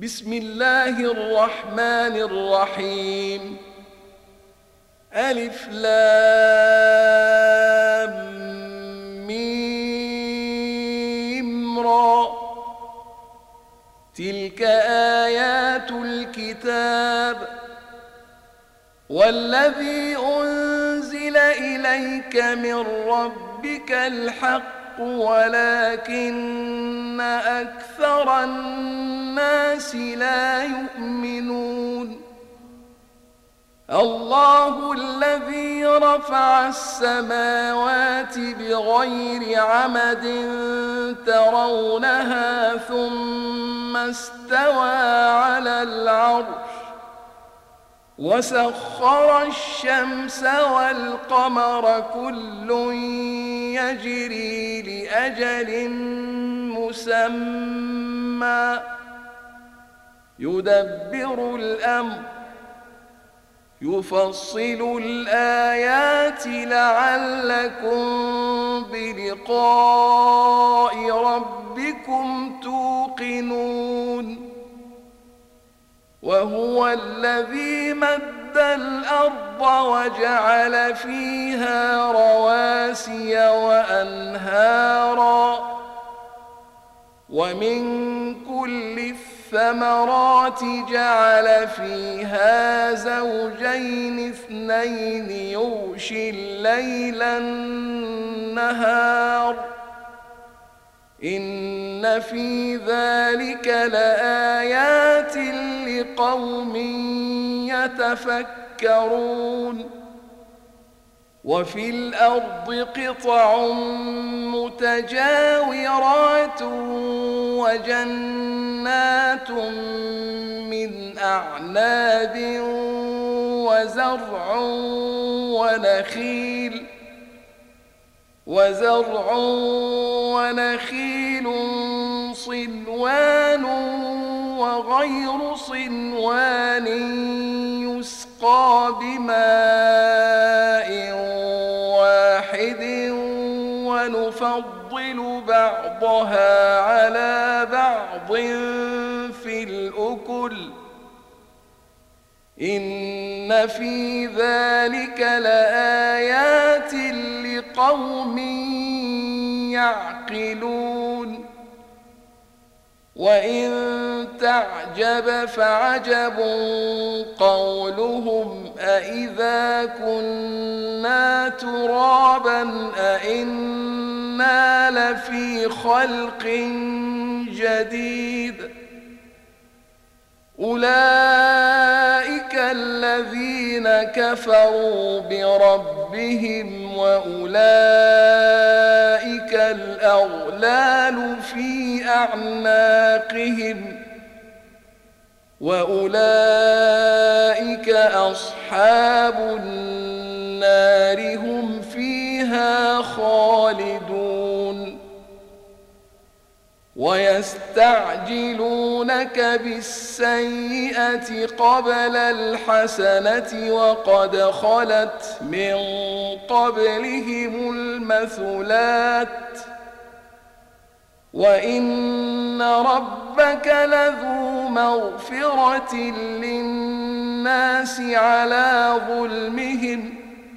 بسم الله الرحمن الرحيم. ألف لام ميم را. تلك آيات الكتاب والذي أنزل إليك من ربك الحق ولكن أكثر الناس لا يؤمنون. الله الذي رفع السماوات بغير عمد ترونها ثم استوى على العرش وسخر الشمس والقمر كل يجري لأجل مسمى يدبر الأمر يفصل الآيات لعلكم بلقاء ربكم توقنون. وهو الذي مد الأرض وجعل فيها رواسي وأنهارا ومن كل الثمرات جعل فيها زوجين اثنين يغشي الليل النهار إن في ذلك لآيات لقوم يتفكرون. وفي الأرض قطع متجاورات وجنات من أعناب وزرع ونخيل صنوان وغير صنوان يسقى بماء واحد ونفضل بعضها على بعض في الأكل إن في ذلك لآيات لقوم يعقلون. وإن تعجب فعجب قولهم أإذا كنا ترابا أإنا لفي خلق جديد أولئك الذين كفروا بربهم وأولئك الأغلال في أعناقهم وأولئك أصحاب النار هم فيها خالدون. ويستعجلونك بالسيئة قبل الحسنة وقد خلت من قبلهم المثلات وإن ربك لذو مغفرة للناس على ظلمهم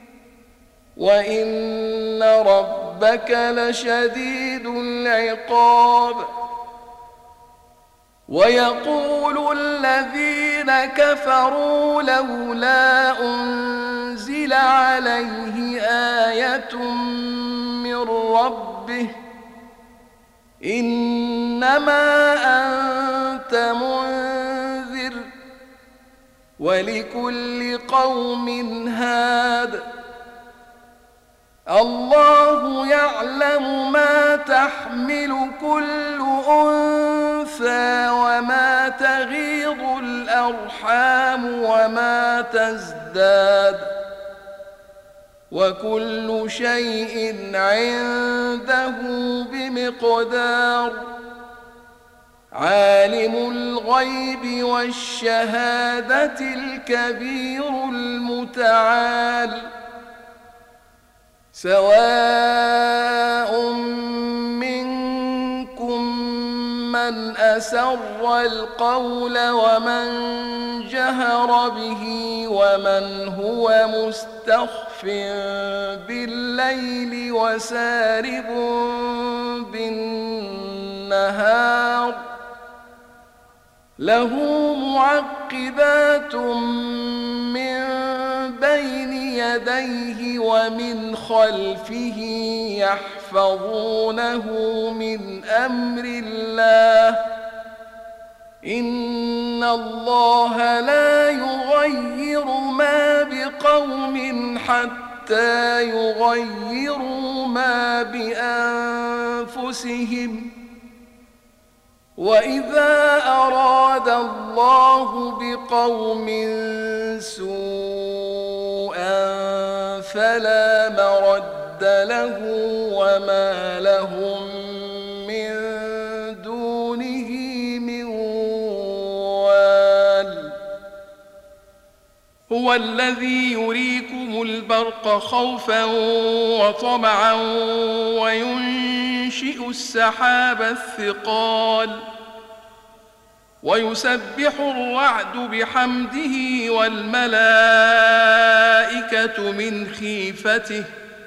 وإن ربك لشديد العقاب. ويقول الذين كفروا لولا أنزل عليه آية من ربه إنما أنت منذر ولكل قوم هاد الله يعلم ما تحمل كل أنثى وما تغيض الأرحام وما تزداد وكل شيء عنده بمقدار. عالم الغيب والشهادة الكبير المتعال سواء منكم من أسر القول ومن جهر به ومن هو مستخف بالليل وسارب بالنهار له معقبات من بين يديه ومن خلفه يحفظونه من أمر الله إن الله لا يغير ما بقوم حتى يغيروا ما بأنفسهم وإذا أراد الله بقوم سوءا فلا مرد له وما لهم من دونه من وال هو الذي يريكم البرق خوفا وطمعا وينشئ السحاب الثقال ويسبح الرعد بحمده والملائكة من خيفته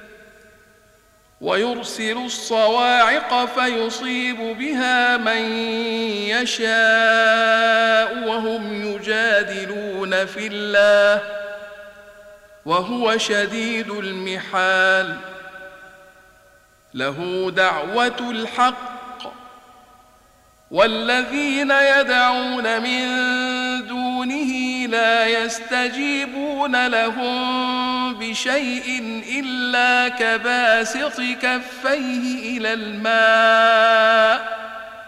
ويرسل الصواعق فيصيب بها من يشاء وهم يجادلون في الله وهو شديد المحال له دعوة الحق والذين يدعون من دونه لا يستجيبون لهم بشيء إلا كباسط كفيه إلى الماء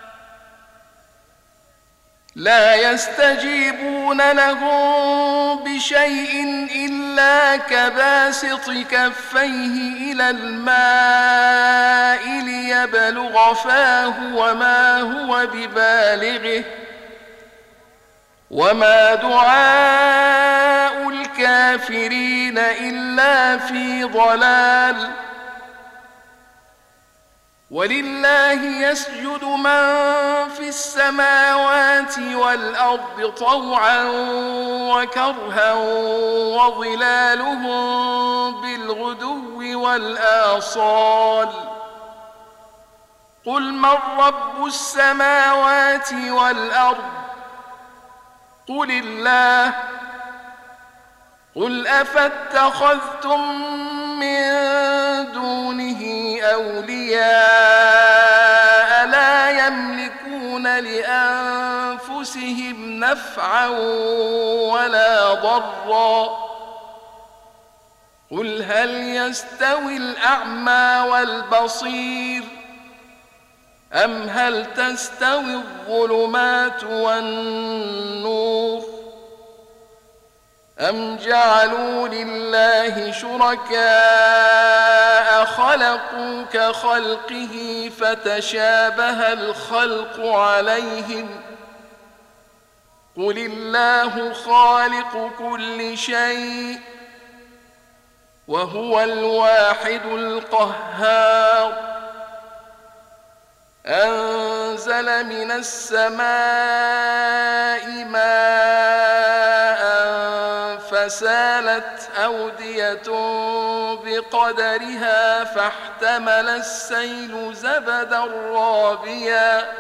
لا يستجيبون لهم بشيء إلا كباسط كفيه إلى الماء ليبلغ فاه وما هو ببالغه وما دعاء الكافرين إلا في ضلال ولله يسجد من في السماوات والأرض طوعا وكرها وظلالهم بالغدو والآصال قل من رب السماوات والأرض قل الله قل أفاتخذتم من دونه أولياء لا يملكون لأنفسهم نفعا ولا ضرا قل هل يستوي الأعمى والبصير أم هل تستوي الظلمات والنور أم جعلوا لله شركاء خلقوا كخلقه فتشابه الخلق عليهم قل الله خالق كل شيء وهو الواحد القهار أنزل من السماء ماء فسالت أودية بقدرها فاحتمل السيل زبدا رابيا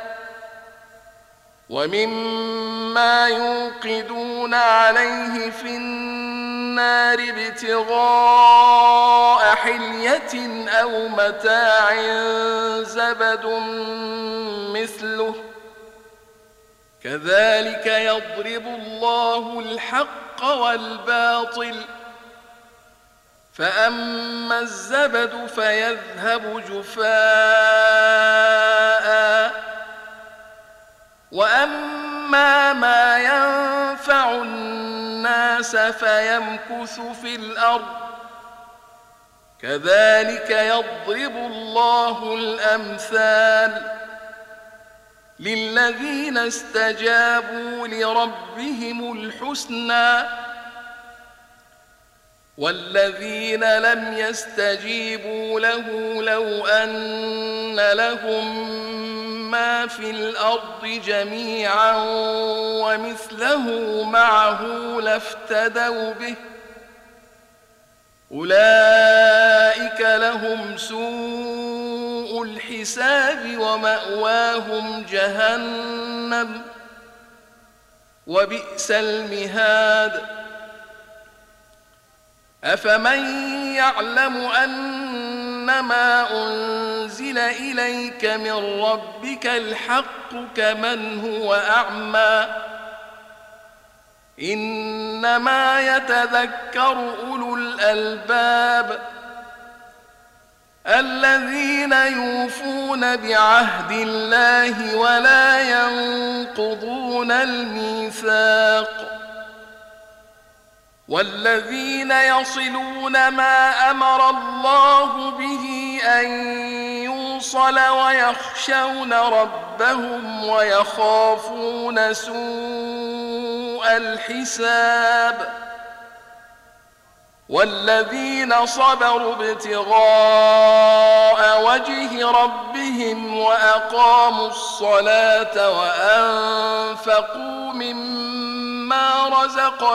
ومما يوقدون عليه في النار ابتغاء حلية أو متاع زبد مثله كذلك يضرب الله الحق والباطل فأما الزبد فيذهب جفاء وأما ما ينفع الناس فيمكث في الأرض كذلك يضرب الله الأمثال للذين استجابوا لربهم الحسنى والذين لم يستجيبوا له لو أن لهم ما في الأرض جميعا ومثله معه لافتدوا به أولئك لهم سوء الحساب ومأواهم جهنم وبئس المهاد أفمن يعلم أنما أنزل إليك من ربك الحق كمن هو أعمى إنما يتذكر أولو الألباب الذين يوفون بعهد الله ولا ينقضون الميثاق والذين يصلون ما أمر الله به أن يوصل ويخشون ربهم ويخافون سوء الحساب والذين صبروا ابتغاء وجه ربهم وأقاموا الصلاة وأنفقوا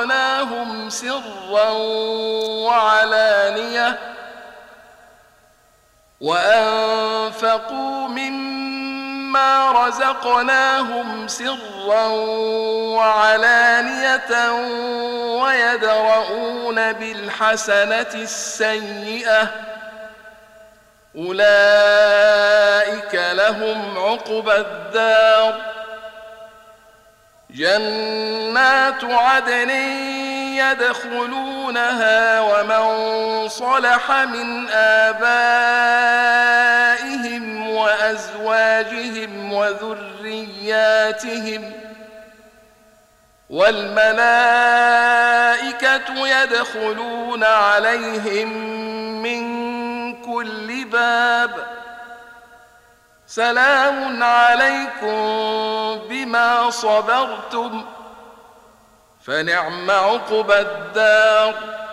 مما رزقناهم سرا وعلانية ويدرؤون بالحسنة السيئة أولئك لهم عقبى الدار جنات عدن يدخلونها ومن صلح من آبائهم وأزواجهم وذرياتهم والملائكة يدخلون عليهم من كل باب سلام عليكم بما صبرتم فنعم عقبى الدار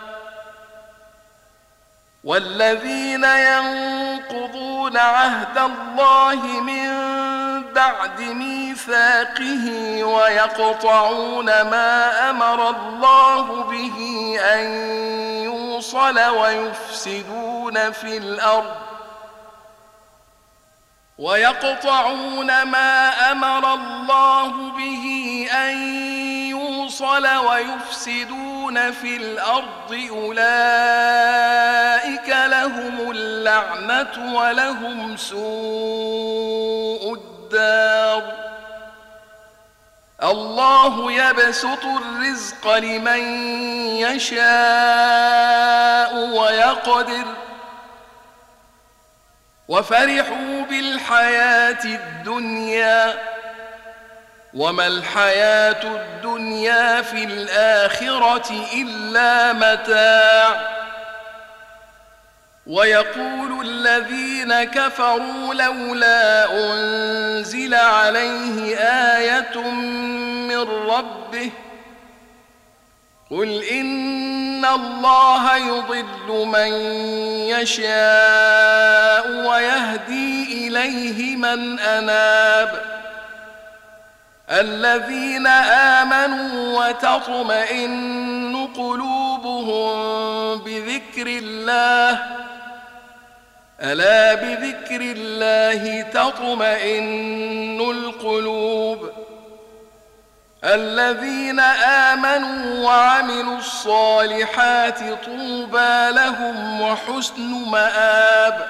والذين ينقضون عهد الله من بعد ميثاقه ويقطعون ما أمر الله به أن يوصل ويفسدون في الأرض أولئك لهم اللعنة ولهم سوء الدار الله يبسط الرزق لمن يشاء ويقدر وفرحوا بالحياة الدنيا وما الحياة الدنيا في الآخرة إلا متاع ويقول الذين كفروا لولا أنزل عليه آية من ربه قل إن الله يضل من يشاء ويهدي إليه من أناب الذين آمنوا وتطمئن قلوبهم بذكر الله ألا بذكر الله تطمئن القلوب الذين آمنوا وعملوا الصالحات طوبى لهم وحسن مآب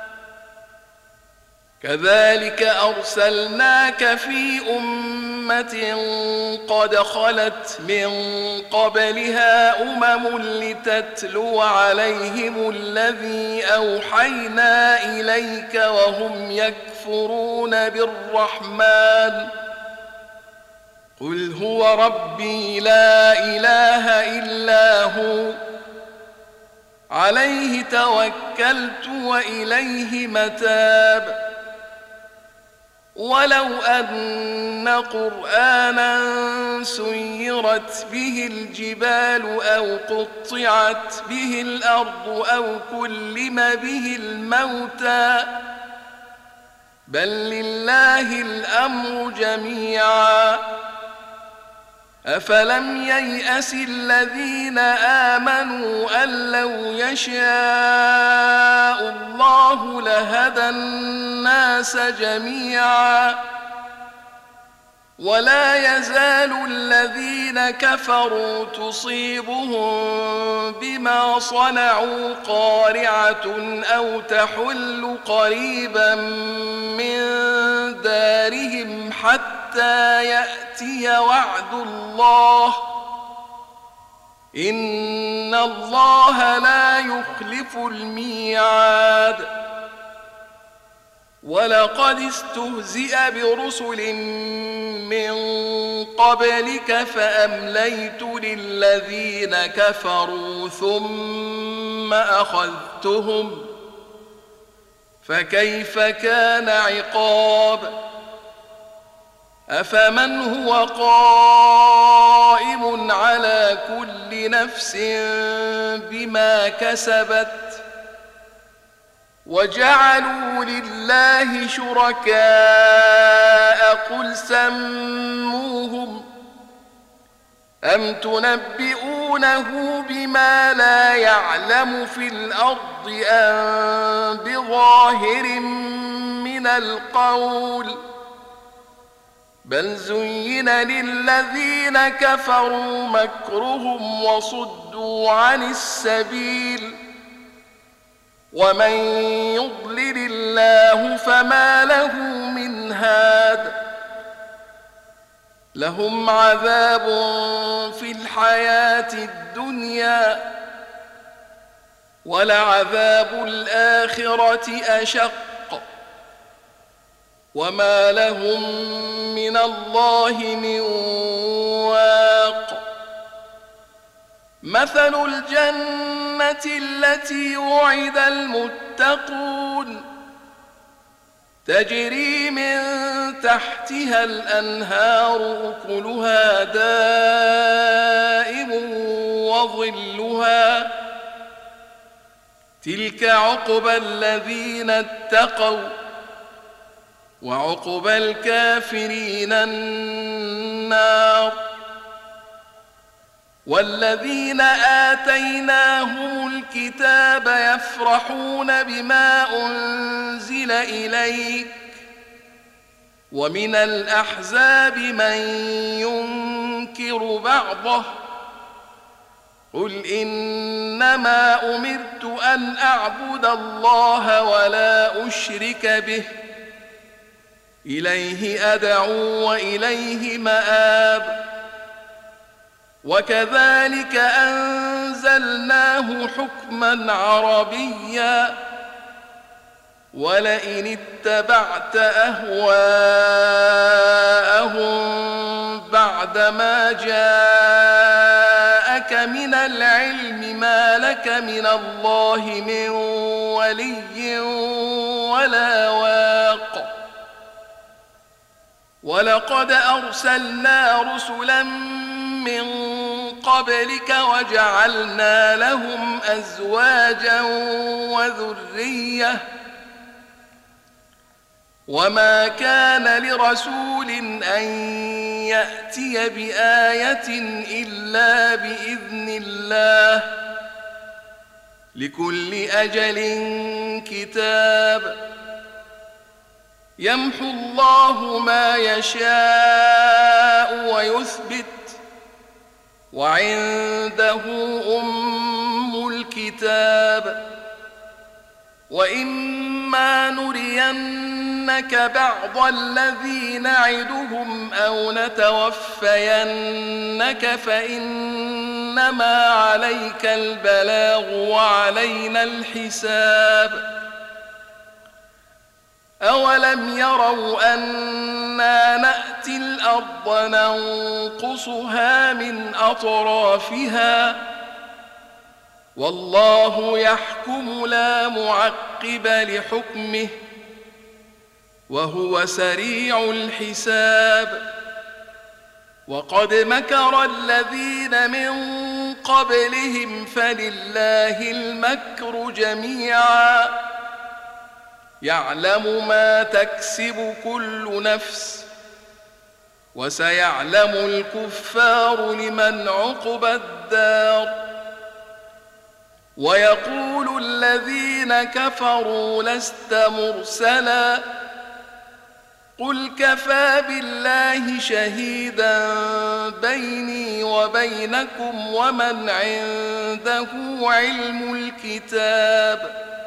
كذلك أرسلناك في أمة قد خلت من قبلها لتتلو عليهم الذي أوحينا إليك وهم يكفرون بالرحمن قل هو ربي لا إله إلا هو عليه توكلت وإليه متاب ولو أن قرآنا سيرت به الجبال أو قطعت به الأرض أو كلم به الموتى بل لله الأمر جميعا. أفلم ييأس الذين آمنوا أن لو يشاء الله لهدى الناس جميعا. ولا يزال الذين كفروا تصيبهم بما صنعوا قارعة أو تحل قريبا من دارهم حتى يأتي وعد الله إن الله لا يخلف الميعاد. ولقد استهزئ برسل من قبلك فأمليت للذين كفروا ثم أخذتهم فكيف كان عقاب. أفمن هو قائم على كل نفس بما كسبت وجعلوا لله شركاء قل سموهم أم تنبئونه بما لا يعلم في الأرض أم بظاهر من القول بل زين للذين كفروا مكرهم وصدوا عن السبيل ومن يضلل الله فما له من هاد. لهم عذاب في الحياة الدنيا ولعذاب الآخرة أشق وما لهم من الله من واق. مثل الجنة التي وعد المتقون تجري من تحتها الأنهار أكلها دائم وظلها تلك عقبى الذين اتقوا وعقبى الكافرين النار. والذين آتيناهم الكتاب يفرحون بما أنزل إليك ومن الأحزاب من ينكر بعضه قل إنما أمرت أن أعبد الله ولا أشرك به إليه أدعو وإليه مآب. وكذلك أنزلناه حكما عربيا ولئن اتبعت أهواءهم بعدما جاءك من العلم ما لك من الله من ولي ولا واق. ولقد أرسلنا رسلا من قبلك وجعلنا لهم أزواجا وذرية وما كان لرسول أن يأتي بآية إلا بإذن الله لكل أجل كتاب. يمحو الله ما يشاء ويثبت وعنده أم الكتاب. وإما نرينك بعض الذي نعدهم أو نتوفينك فإنما عليك البلاغ وعلينا الحساب. أولم يروا أنا نأتي الأرض ننقصها من أطرافها والله يحكم لا معقب لحكمه وهو سريع الحساب. وقد مكر الذين من قبلهم فلله المكر جميعا يعلم ما تكسب كل نفس وسيعلم الكفار لمن عقبى الدار ويقول الذين كفروا لست مرسلا قل كفى بالله شهيدا بيني وبينكم ومن عنده علم الكتاب